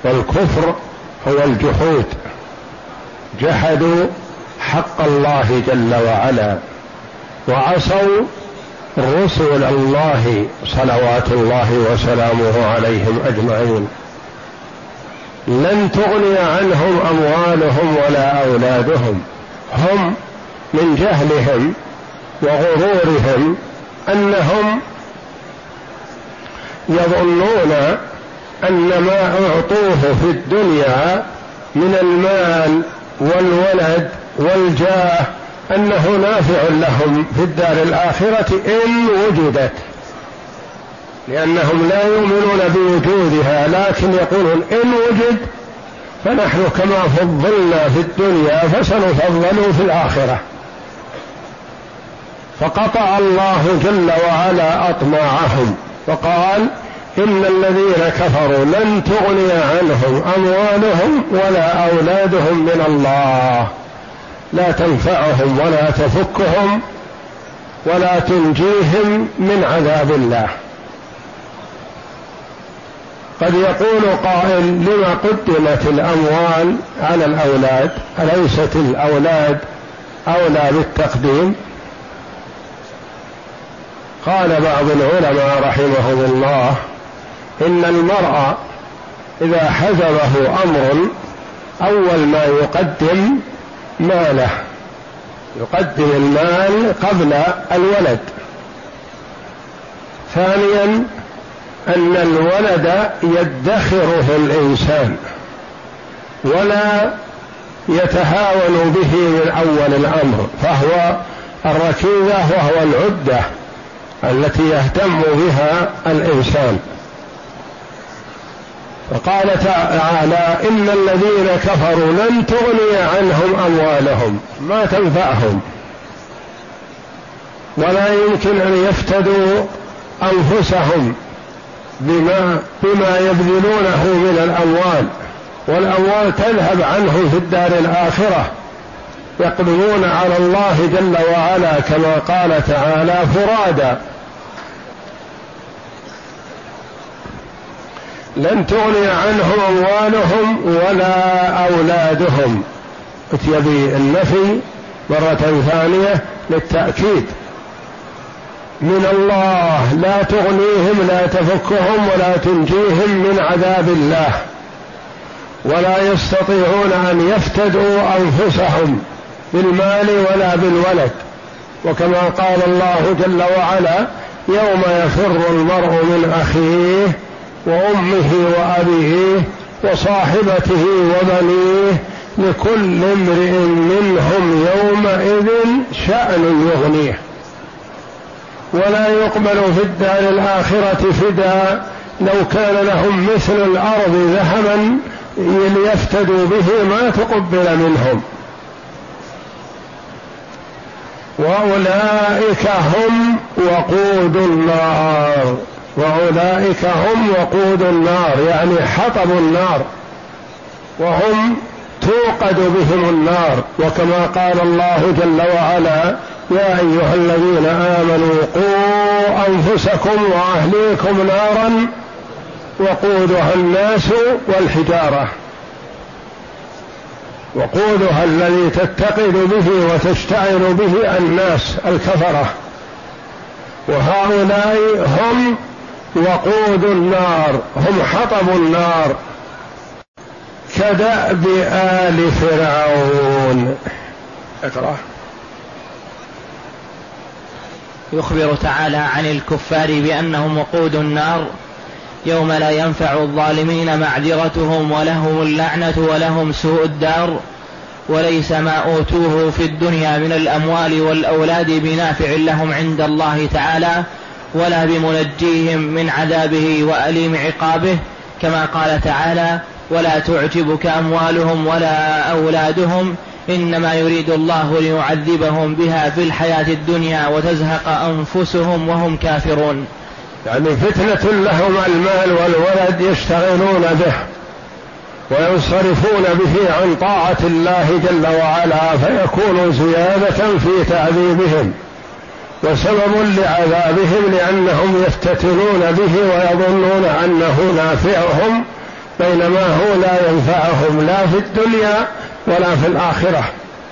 والكفر هو الجحود، جحدوا حق الله جل وعلا وعصوا رسل الله صلوات الله وسلامه عليهم أجمعين. لن تغني عنهم أموالهم ولا أولادهم، هم من جهلهم وغرورهم أنهم يظنون أن ما أعطوه في الدنيا من المال والولد والجاه أنه نافع لهم في الدار الآخرة إن وجدت، لأنهم لا يؤمنون بوجودها، لكن يقولون إن وجد فنحن كما فضلنا في الدنيا فسنفضل في الآخرة. فقطع الله جل وعلا أطماعهم وقال إن الذين كفروا لن تغني عنهم أموالهم ولا أولادهم من الله، لا تنفعهم ولا تفكهم ولا تنجيهم من عذاب الله. قد يقول قائل لما قدمت الأموال على الأولاد؟ أليست الأولاد أولى بالتقديم؟ قال بعض العلماء رحمهم الله إن المرء إذا حزبه أمر أول ما يقدم ماله، يقدم المال قبل الولد. ثانيا أن الولد يدخره الإنسان ولا يتهاون به من أول الأمر، فهو الركيزة وهو العدة التي يهتم بها الإنسان. فقال تعالى إن الذين كفروا لن تغني عنهم أموالهم، ما تنفعهم، ولا يمكن أن يفتدوا أنفسهم بما يبذلونه من الأموال، والأموال تذهب عنه في الدار الآخرة، يقدمون على الله جل وعلا كما قال تعالى فرادا. لن تغني عنهم أموالهم ولا أولادهم، أتي بالنفي مرة ثانية للتأكيد، من الله، لا تغنيهم لا تفكهم ولا تنجيهم من عذاب الله، ولا يستطيعون أن يفتدوا أنفسهم بالمال ولا بالولد. وكما قال الله جل وعلا يوم يفر المرء من أخيه وأمه وأبيه وصاحبته وبنيه لكل امرئ منهم يومئذ شأن يغنيه. ولا يقبل في الدار الآخرة فداء، لو كان لهم مثل الأرض ذهبا ليفتدوا به ما تقبل منهم. وأولئك هم وقود النار، وأولئك هم وقود النار يعني حطب النار، وهم توقد بهم النار. وكما قال الله جل وعلا يا أيها الذين آمنوا قوا أنفسكم وأهليكم نارا وقودها الناس والحجارة، وقودها الذي تتقد به وتشتعل به الناس الكفرة، وهؤلاء هم وقود النار، هم حطب النار كدأب آل فرعون. اقرأ. يخبر تعالى عن الكفار بأنهم وقود النار يوم لا ينفع الظالمين معذرتهم ولهم اللعنة ولهم سوء الدار، وليس ما أوتوه في الدنيا من الأموال والأولاد بنافع لهم عند الله تعالى ولا بمنجيهم من عذابه وأليم عقابه، كما قال تعالى ولا تعجبك أموالهم ولا أولادهم إنما يريد الله ليعذبهم بها في الحياة الدنيا وتزهق أنفسهم وهم كافرون. يعني فتنة لهم المال والولد يشتغلون به وينصرفون به عن طاعة الله جل وعلا، فيكون زيادة في تعذيبهم وسبب لعذابهم، لأنهم يفتتنون به ويظنون أنه نافعهم بينما هو لا ينفعهم لا في الدنيا ولا في الآخرة.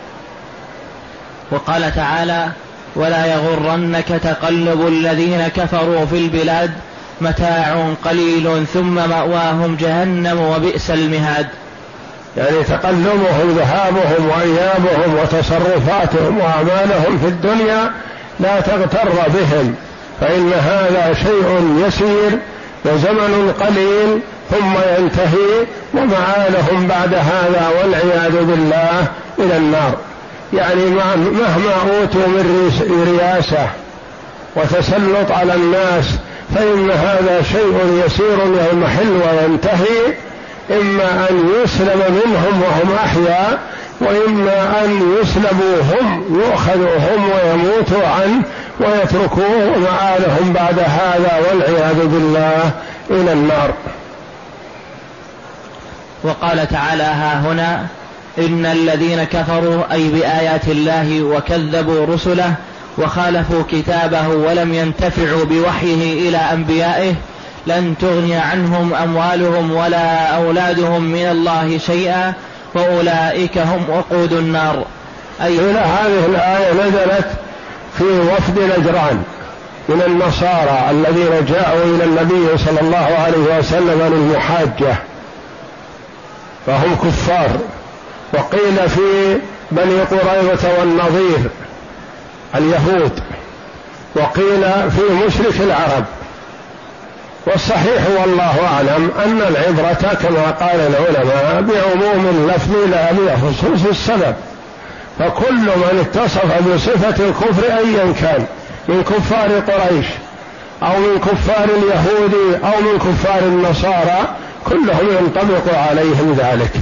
وقال تعالى: ولا يغرنك تقلب الذين كفروا في البلاد متاع قليل ثم مأواهم جهنم وبئس المهاد. يعني تقلبهم ذهابهم وإيابهم وتصرفاتهم وأعمالهم في الدنيا لا تغتر بهم، فإن هذا شيء يسير وزمن قليل ثم ينتهي، ومعالهم بعد هذا والعياذ بالله إلى النار. يعني مهما أوتوا من رياسة وتسلط على الناس فإن هذا شيء يسير يضمحل وينتهي، إما أن يسلم منهم وهم أحياء، وإما أن يسلبوا هم، يؤخذوا هم ويموتوا عنه ويتركوه، ومآلهم بعد هذا والعياذ بالله إلى النار. وقال تعالى: ها هنا إن الذين كفروا أي بآيات الله وكذبوا رسله وخالفوا كتابه ولم ينتفعوا بوحيه إلى أنبيائه لن تغني عنهم أموالهم ولا أولادهم من الله شيئا وأولئك هم وقود النار. أي هذه الآية نزلت في وفد نجران من النصارى الذين جاءوا إلى النبي صلى الله عليه وسلم للمحاجة، فهم كفار. وقيل في بني قريظة والنظير اليهود، وقيل في مشرك العرب. والصحيح والله أعلم أن العبرة كما قال العلماء بعموم اللفظ لا بخصوص السبب، فكل من اتصف بصفة الكفر أيا كان من كفار قريش أو من كفار اليهود أو من كفار النصارى كلهم ينطبق عليهم ذلك.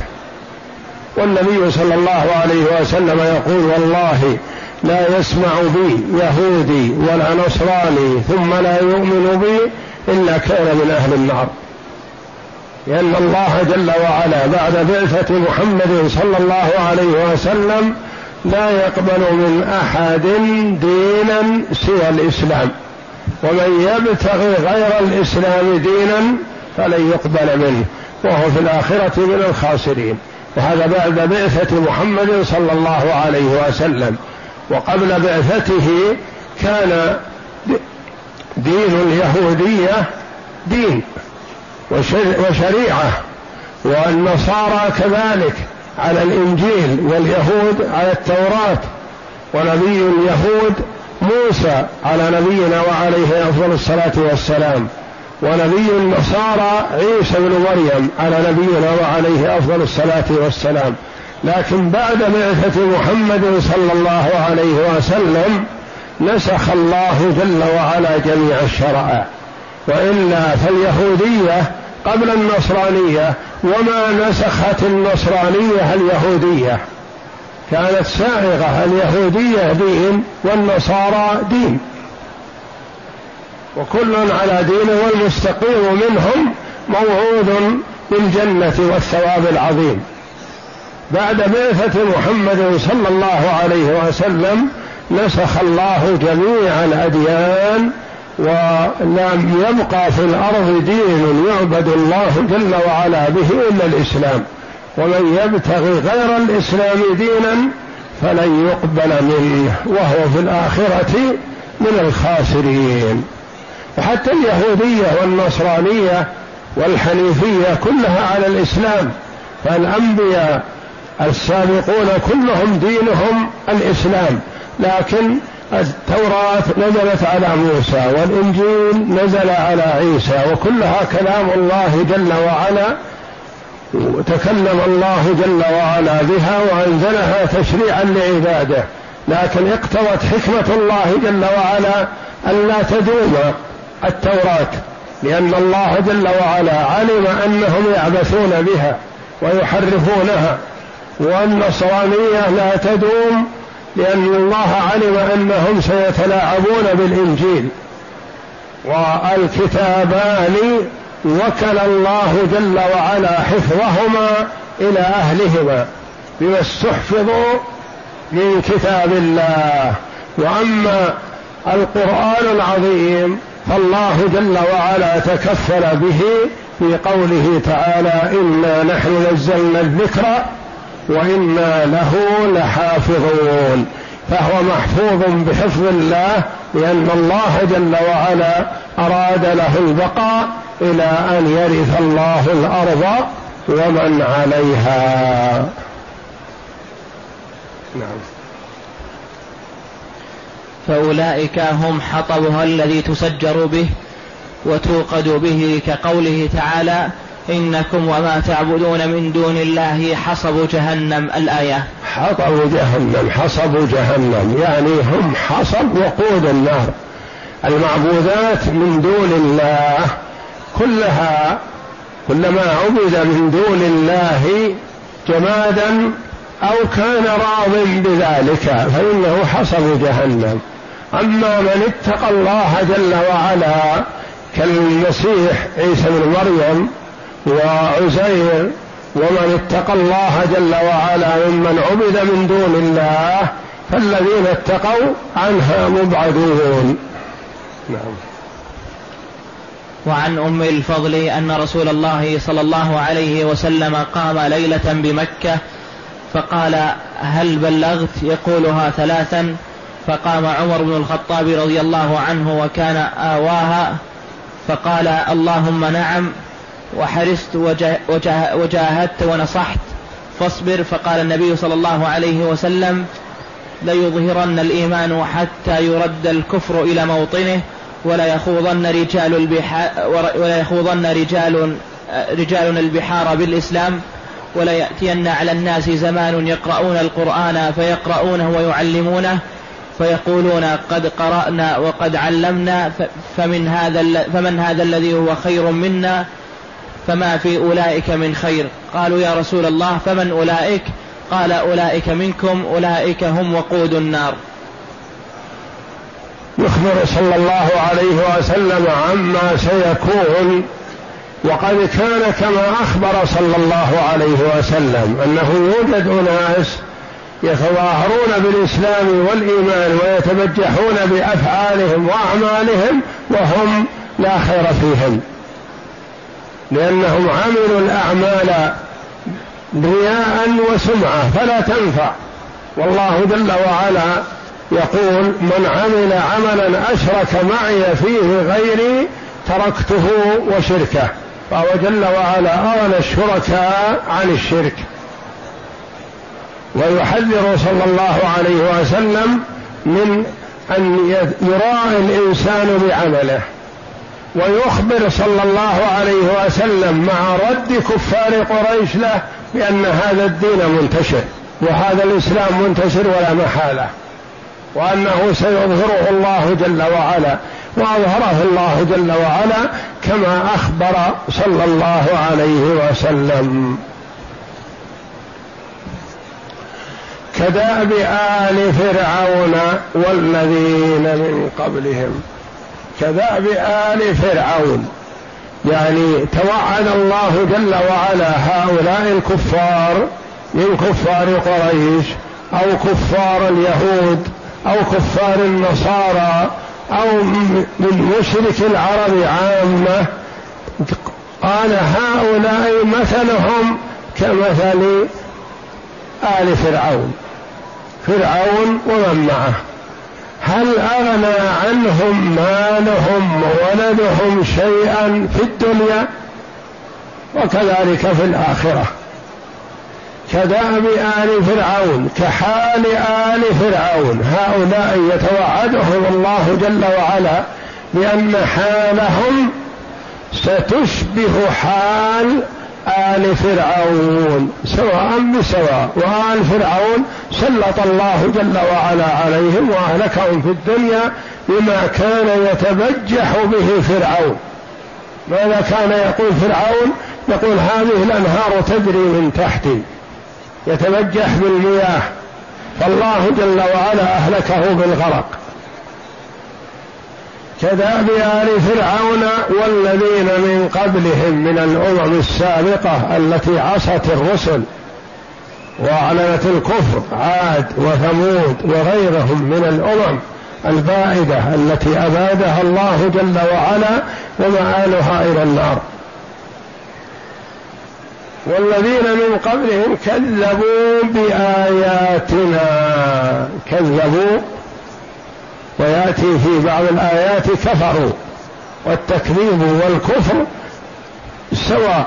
والنبي صلى الله عليه وسلم يقول: والله لا يسمع بي يهودي ولا نصراني ثم لا يؤمن بي إلا كان من أهل النار، لأن الله جل وعلا بعد بعثة محمد صلى الله عليه وسلم لا يقبل من أحد دينا سوى الإسلام، ومن يبتغي غير الإسلام دينا فلن يقبل منه وهو في الآخرة من الخاسرين. وهذا بعد بعثة محمد صلى الله عليه وسلم. وقبل بعثته كان دين اليهودية دين وشريعة، والنصارى كذلك على الإنجيل، واليهود على التوراة، ونبي اليهود موسى على نبينا وعليه أفضل الصلاة والسلام، ونبي النصارى عيسى بن مريم على نبينا وعليه أفضل الصلاة والسلام. لكن بعد بعثة محمد صلى الله عليه وسلم نسخ الله جل وعلا جميع الشرائع، وإلا فاليهودية قبل النصرانية، وما نسخت النصرانية اليهودية، كانت سائغة. اليهودية دين والنصارى دين، وكل على دين، والمستقيم منهم موعود بالجنة والثواب العظيم. بعد بعثة محمد صلى الله عليه وسلم نسخ الله جميع الأديان، ولم يبقى في الأرض دين يعبد الله جل وعلا به إلا الإسلام، ومن يبتغي غير الإسلام دينا فلن يقبل منه وهو في الآخرة من الخاسرين. وحتى اليهودية والنصرانية والحنيفية كلها على الإسلام، فالأنبياء السابقون كلهم دينهم الإسلام، لكن التوراة نزلت على موسى، والإنجيل نزل على عيسى، وكلها كلام الله جل وعلا، تكلم الله جل وعلا بها وأنزلها تشريعا لعباده. لكن اقتضت حكمة الله جل وعلا ألا تدوم التوراة، لأن الله جل وعلا علم أنهم يعبثون بها ويحرفونها، والنصرانية لا تدوم لأن الله علم أنهم سيتلاعبون بالإنجيل. والكتابان وكل الله جل وعلا حفظهما إلى أهلهما بما استحفظوا من كتاب الله. وأما القرآن العظيم فالله جل وعلا تكفل به في قوله تعالى: إنا نحن نزلنا الذكر وإنا له لحافظون، فهو محفوظ بحفظ الله، لأن الله جل وعلا أراد له البقاء إلى أن يرث الله الأرض ومن عليها. نعم. فأولئك هم حطبها الذي تسجر به وتوقد به، كقوله تعالى: إنكم وما تعبدون من دون الله حصب جهنم. الآية. حطب جهنم، حصب جهنم يعني هم حصب وقود النار. المعبودات من دون الله كلما عبد من دون الله جمادا أو كان راض بذلك فإنه حصب جهنم. أما من اتقى الله جل وعلا كالمسيح عيسى بن مريم وعزير، ومن اتقى الله جل وعلا ممن عبد من دون الله، فالذين اتقوا عنها مبعدون. نعم. وعن أم الفضل أن رسول الله صلى الله عليه وسلم قام ليلة بمكة فقال: هل بلغت؟ يقولها 3. فقام عمر بن الخطاب رضي الله عنه وكان آواها فقال: اللهم نعم، وحرصت وجاهدت ونصحت فاصبر. فقال النبي صلى الله عليه وسلم: ليظهرن الإيمان حتى يرد الكفر إلى موطنه، ولا يخوضن رجال البحار بالإسلام، ولا يأتين على الناس زمان يقرؤون القرآن فيقرؤونه ويعلمونه فيقولون قد قرأنا وقد علمنا، فمن هذا الذي هو خير منا، فما في أولئك من خير. قالوا: يا رسول الله فمن أولئك؟ قال: أولئك منكم، أولئك هم وقود النار. يخبر صلى الله عليه وسلم عما سيكون، وقد كان كما أخبر صلى الله عليه وسلم أنه يوجد أناس يتظاهرون بالإسلام والإيمان ويتبجحون بأفعالهم وأعمالهم وهم لا خير فيهم، لأنهم عملوا الأعمال رياء وسمعة فلا تنفع. والله جل وعلا يقول: من عمل عملا أشرك معي فيه غيري تركته وشركه، فهو جل وعلا أغنى الشركاء عن الشرك. ويحذر صلى الله عليه وسلم من أن يراعي الإنسان بعمله، ويخبر صلى الله عليه وسلم مع رد كفار قريش له بأن هذا الدين منتشر وهذا الإسلام منتشر ولا محالة، وأنه سيظهره الله جل وعلا، وأظهره الله جل وعلا كما أخبر صلى الله عليه وسلم. كدأب آل فرعون والذين من قبلهم. كدأب آل فرعون يعني توعد الله جل وعلا هؤلاء الكفار من كفار قريش أو كفار اليهود أو كفار النصارى أو من مشرك العرب عامة، قال: هؤلاء مثلهم كمثل آل فرعون ومن معه، هل أغنى عنهم مالهم وولدهم شيئا في الدنيا؟ وكذلك في الآخرة. كدأب آل فرعون، كحال آل فرعون، هؤلاء يتوعدهم الله جل وعلا بأن حالهم ستشبه حال آل فرعون سواء بسواء. وآل فرعون سلط الله جل وعلا عليهم وأهلكهم في الدنيا بما كان يتبجح به فرعون. ماذا كان يقول فرعون؟ يقول: هذه الأنهار تجري من تحتي، يتبجح بالمياه، فالله جل وعلا أهلكه بالغرق. كدأب آل فرعون والذين من قبلهم من الأمم السابقة التي عصت الرسل وأعلنت الكفر، عاد وثمود وغيرهم من الأمم البائدة التي أبادها الله جل وعلا ومآلها إلى النار. والذين من قبلهم كذبوا بآياتنا. كذبوا، ويأتي في بعض الآيات كفروا، والتكذيب والكفر سواء.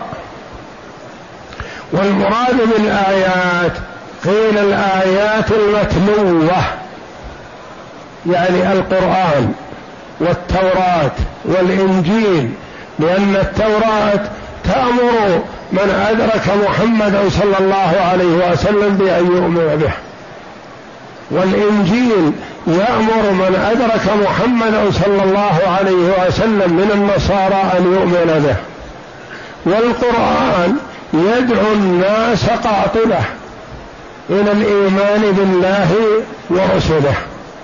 والمراد بالآيات قيل الآيات المتلوة، يعني القرآن والتوراة والإنجيل، لأن التوراة تأمر من أدرك محمدا صلى الله عليه وسلم بأن يؤمن به، والإنجيل يأمر من أدرك محمدا صلى الله عليه وسلم من النصارى أن يؤمن به، والقرآن يدعو الناس قاطبة إلى الإيمان بالله ورسله.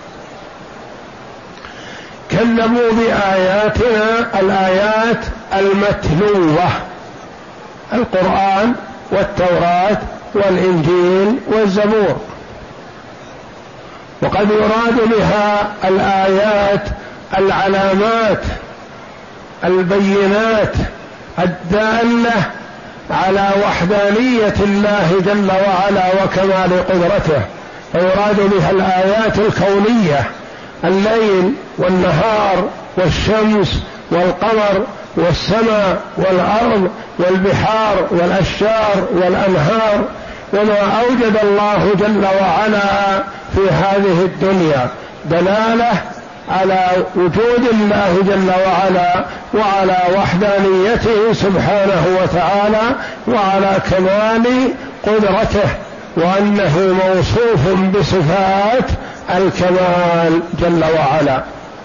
كذبوا بآياتنا، الآيات المتلوة، القرآن والتوراة والإنجيل والزبور. وقد يراد بها الآيات العلامات البينات الدالة على وحدانية الله جل وعلا وكمال قدرته، فيراد بها الآيات الكونية، الليل والنهار والشمس والقمر والسماء والأرض والبحار والأشجار والأنهار، وما أوجد الله جل وعلا في هذه الدنيا دلالة على وجود الله جل وعلا وعلى وحدانيته سبحانه وتعالى وعلى كمال قدرته، وأنه موصوف بصفات الكمال جل وعلا.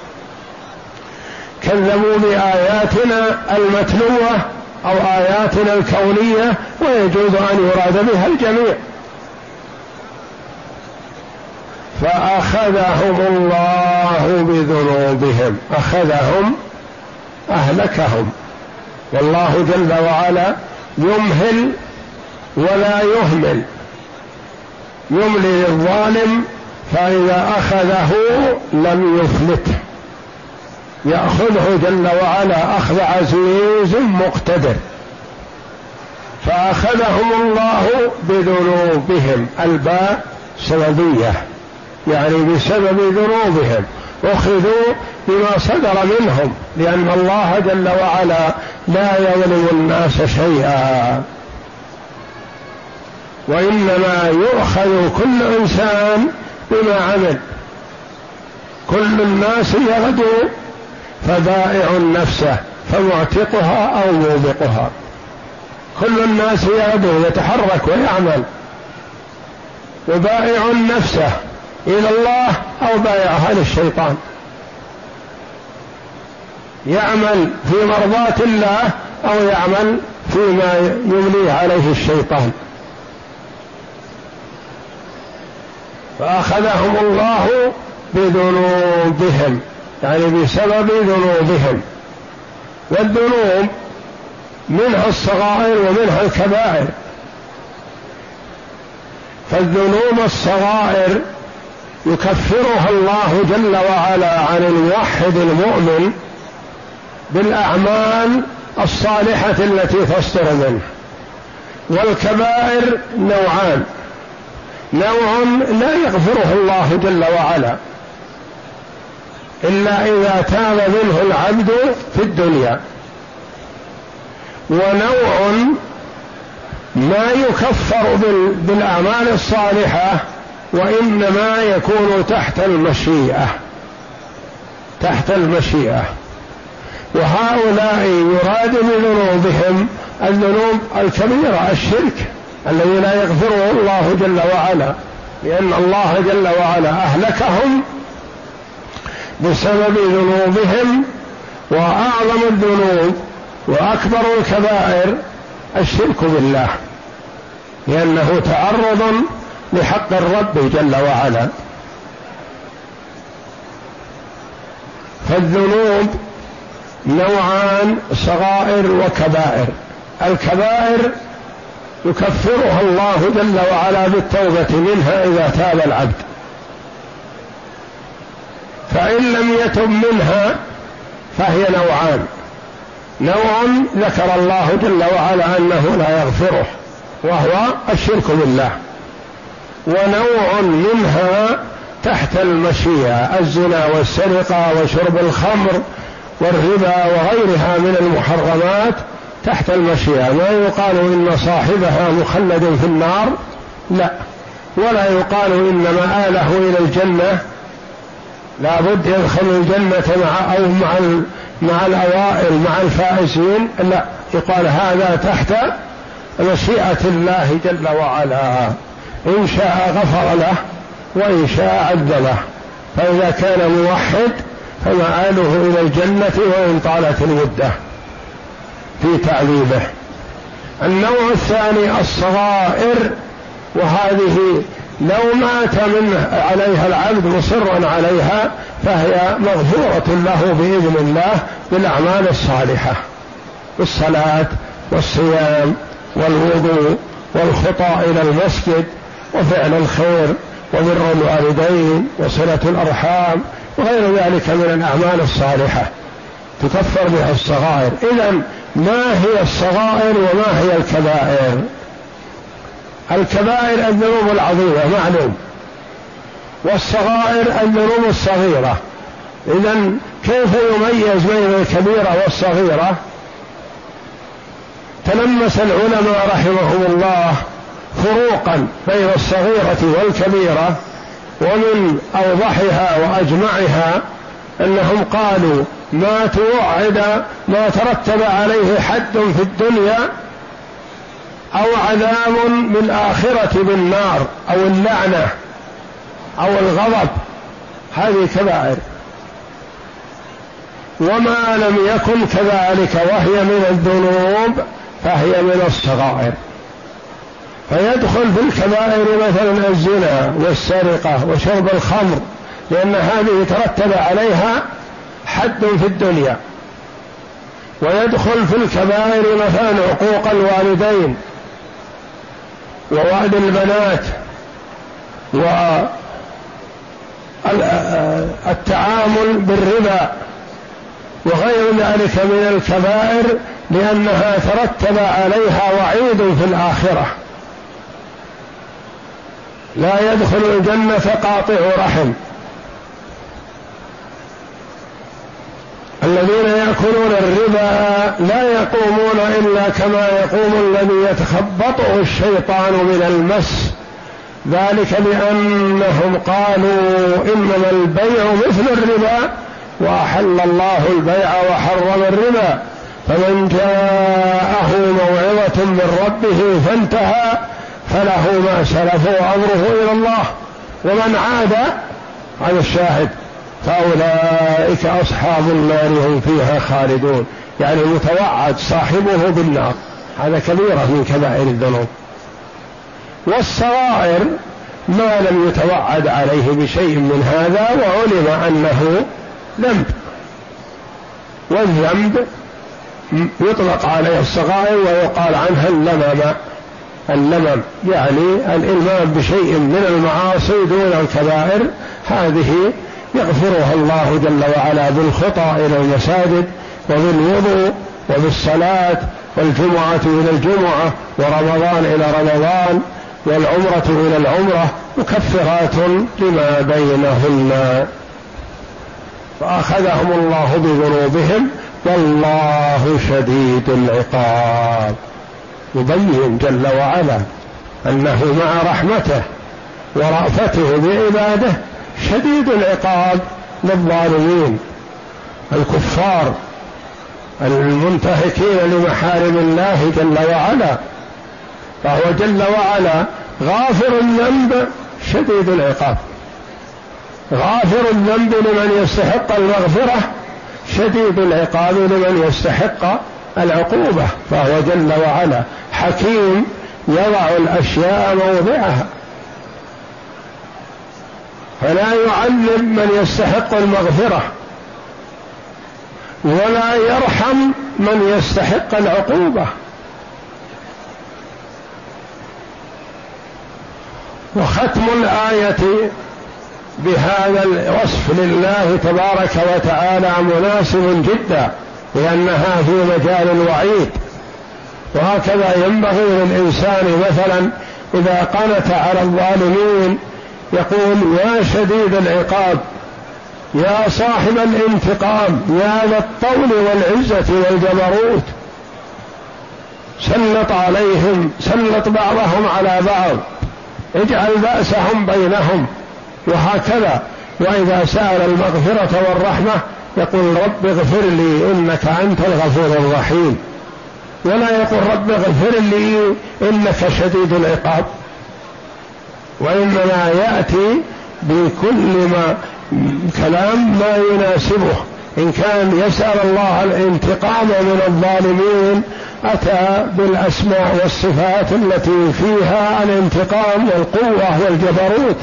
كذبوا بآياتنا المتلوة أو آياتنا الكونية، ويجوز أن يراد بها الجميع. فأخذهم الله بذنوبهم، أخذهم أهلكهم. والله جل وعلا يمهل ولا يهمل، يملي للظالم فإذا أخذه لم يفلته، يأخذه جل وعلا أخذ عزيز مقتدر. فأخذهم الله بذنوبهم، الباء سببية، يعني بسبب ذنوبهم أخذوا بما صدر منهم، لأن الله جل وعلا لا يظلم الناس شيئا، وإنما يؤخذ كل إنسان بما عمل. كل الناس يغدو فبائع نفسه فمعتقها أو موبقها، كل الناس يغدو يتحرك ويعمل، وبائع نفسه إلى الله أو بائعها للشيطان، يعمل في مرضاة الله أو يعمل فيما يمليه عليه الشيطان. فأخذهم الله بذنوبهم، يعني بسبب ذنوبهم. والذنوب منها الصغائر ومنها الكبائر. فالذنوب الصغائر يكفرها الله جل وعلا عن الموحد المؤمن بالأعمال الصالحة التي تصدر منه. والكبائر نوعان: نوع لا يغفره الله جل وعلا إلا إذا تاب منه العبد في الدنيا، ونوع ما يكفر بالأعمال الصالحة وإنما يكون تحت المشيئة. وهؤلاء يراد بذنوبهم الذنوب الكبيرة، الشرك الذي لا يغفره الله جل وعلا، لأن الله جل وعلا أهلكهم بسبب ذنوبهم. وأعظم الذنوب وأكبر الكبائر الشرك بالله، لأنه تعرض لحق الرب جل وعلا. فالذنوب نوعان: صغائر وكبائر. الكبائر يكفرها الله جل وعلا بالتوبة منها إذا تاب العبد، فإن لم يتب منها فهي نوعان: نوع ذكر الله جل وعلا أنه لا يغفره وهو الشرك بالله. ونوع منها تحت المشيئة: الزنا والسرقة وشرب الخمر والربا وغيرها من المحرمات تحت المشيئة، ما يقال إن صاحبها مخلد في النار، لا، ولا يقال إن مآله إلى الجنة، لا بد يدخل الجنة مع الأوائل مع الفائزين، لا، يقال هذا تحت مشيئة الله جل وعلا، إن شاء غفر له وإن شاء عذبه. فإذا كان موحد فمآله إلى الجنة وإن طالت المدة في تعذيبه. النوع الثاني الصغائر، وهذه لو مات عليها العبد مصرا عليها فهي مغفورة له بإذن الله بالأعمال الصالحة، بالصلاة والصيام والوضوء والخطى إلى المسجد وفعل الخير وبر الوالدين وصلة الأرحام وغير ذلك من الأعمال الصالحة تكفر بها الصغائر. إذن ما هي الصغائر وما هي الكبائر؟ الكبائر الذنوب العظيمة معلوم، والصغائر الذنوب الصغيرة. إذن كيف يميز بين الكبيرة والصغيرة؟ تلمس العلماء رحمهم الله فروقا بين الصغيرة والكبيرة، ومن أوضحها وأجمعها أنهم قالوا ما توعد ما ترتب عليه حد في الدنيا أو عذاب بالآخرة بالنار أو اللعنة أو الغضب، هذه كبائر. وما لم يكن كذلك وهي من الذنوب فهي من الصغائر. فيدخل في الكبائر مثلا الزنا والسرقة وشرب الخمر، لأن هذه ترتب عليها حد في الدنيا. ويدخل في الكبائر مثلا عقوق الوالدين ووعد البنات والتعامل بالربا وغير ذلك من الكبائر، لأنها ترتب عليها وعيد في الآخرة. لا يدخل الجنة قاطع رحم. الذين يأكلون الربا لا يقومون إلا كما يقوم الذي يتخبطه الشيطان من المس، ذلك بأنهم قالوا إنما البيع مثل الربا وأحل الله البيع وحرم الربا، فمن جاءه موعظة من ربه فانتهى فله ما سلف وأمره إلى الله ومن عاد على الشاهد فأولئك أصحاب النار هم فيها خالدون، يعني متوعد صاحبه بالنار، هذا كبيرة من كبائر الذنوب. والصغائر ما لم يتوعد عليه بشيء من هذا وعلم أنه ذنب، والذنب يطلق عليه الصغائر ويقال عنها اللمم، يعني الإلمام بشيء من المعاصي دون الكبائر، هذه يغفرها الله جل وعلا بالخطى إلى المساجد وبالوضوء وبالصلاة والجمعة إلى الجمعة ورمضان إلى رمضان والعمرة إلى العمرة، مكفرات لما بينهن. فأخذهم الله بذنوبهم والله شديد العقاب. يبين جل وعلا أنه مع رحمته ورأفته بعباده شديد العقاب للظالمين الكفار المنتهكين لمحارم الله جل وعلا. فهو جل وعلا غافر الذنب شديد العقاب، غافر الذنب لمن يستحق المغفرة، شديد العقاب لمن يستحق العقوبة. فهو جل وعلا حكيم يضع الأشياء موضعها، فلا يعذب من يستحق المغفرة ولا يرحم من يستحق العقوبة. وختم الآية بهذا الوصف لله تبارك وتعالى مناسب جدا، لأنها في مجال الوعيد وهكذا ينبغي للإنسان مثلا إذا قنت على الظالمين يقول: يا شديد العقاب، يا صاحب الانتقام، يا ذا الطول والعزة والجبروت، سلط عليهم، سلط بعضهم على بعض، اجعل بأسهم بينهم، وهكذا. وإذا سأل المغفرة والرحمة يقول: رب اغفر لي إنك أنت الغفور الرحيم، ولا يقول: رب اغفر لي إنك شديد العقاب. وإنما يأتي بكل ما كلام ما يناسبه. إن كان يسأل الله الانتقام من الظالمين أتى بالأسماء والصفات التي فيها الانتقام والقوة والجبروت.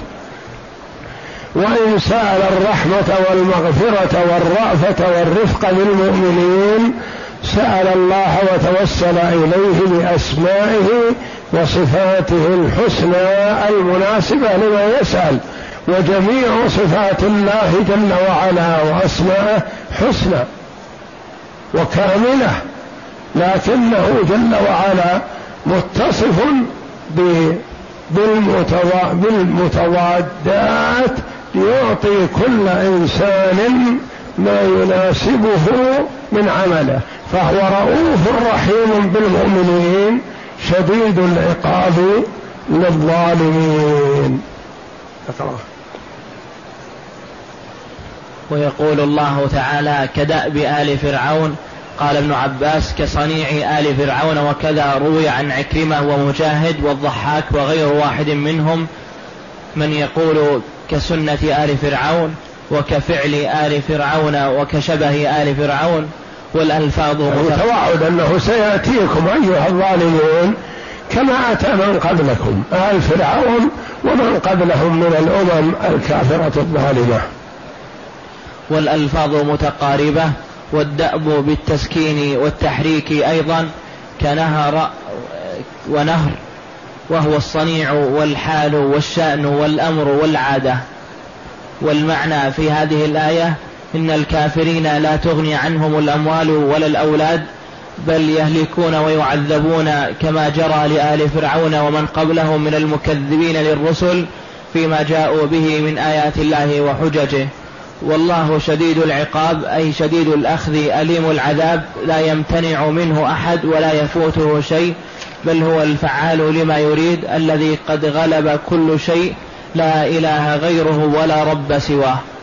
وإن سأل الرحمة والمغفرة والرأفة والرفق بالمؤمنين سأل الله وتوسل إليه بأسمائه وصفاته الحسنى المناسبة لما يسأل. وجميع صفات الله جل وعلا وأسماءه حسنى وكاملة، لكنه جل وعلا متصف بالمتضادات يعطي كل إنسان ما يناسبه من عمله. فهو رؤوف رحيم بالمؤمنين شديد العقاب للظالمين. ويقول الله تعالى: كدأب آل فرعون. قال ابن عباس: كصنيع آل فرعون. وكذا روي عن عكرمة ومجاهد والضحاك وغير واحد منهم من يقول كسنة آل فرعون وكفعل آل فرعون وكشبه آل فرعون. والألفاظ توعد أنه سيأتيكم أيها الظالمون كما أتى من قبلكم آل فرعون ومن قبلهم من الأمم الكافرة الظالمة. والألفاظ متقاربة. والدأب بالتسكين والتحريك أيضا كنهر ونهر، وهو الصنيع والحال والشأن والأمر والعادة. والمعنى في هذه الآية: إن الكافرين لا تغني عنهم الأموال ولا الأولاد، بل يهلكون ويعذبون كما جرى لآل فرعون ومن قبلهم من المكذبين للرسل فيما جاءوا به من آيات الله وحججه. والله شديد العقاب، أي شديد الأخذ أليم العذاب، لا يمتنع منه أحد ولا يفوته شيء، بل هو الفعال لما يريد، الذي قد غلب كل شيء، لا إله غيره ولا رب سواه.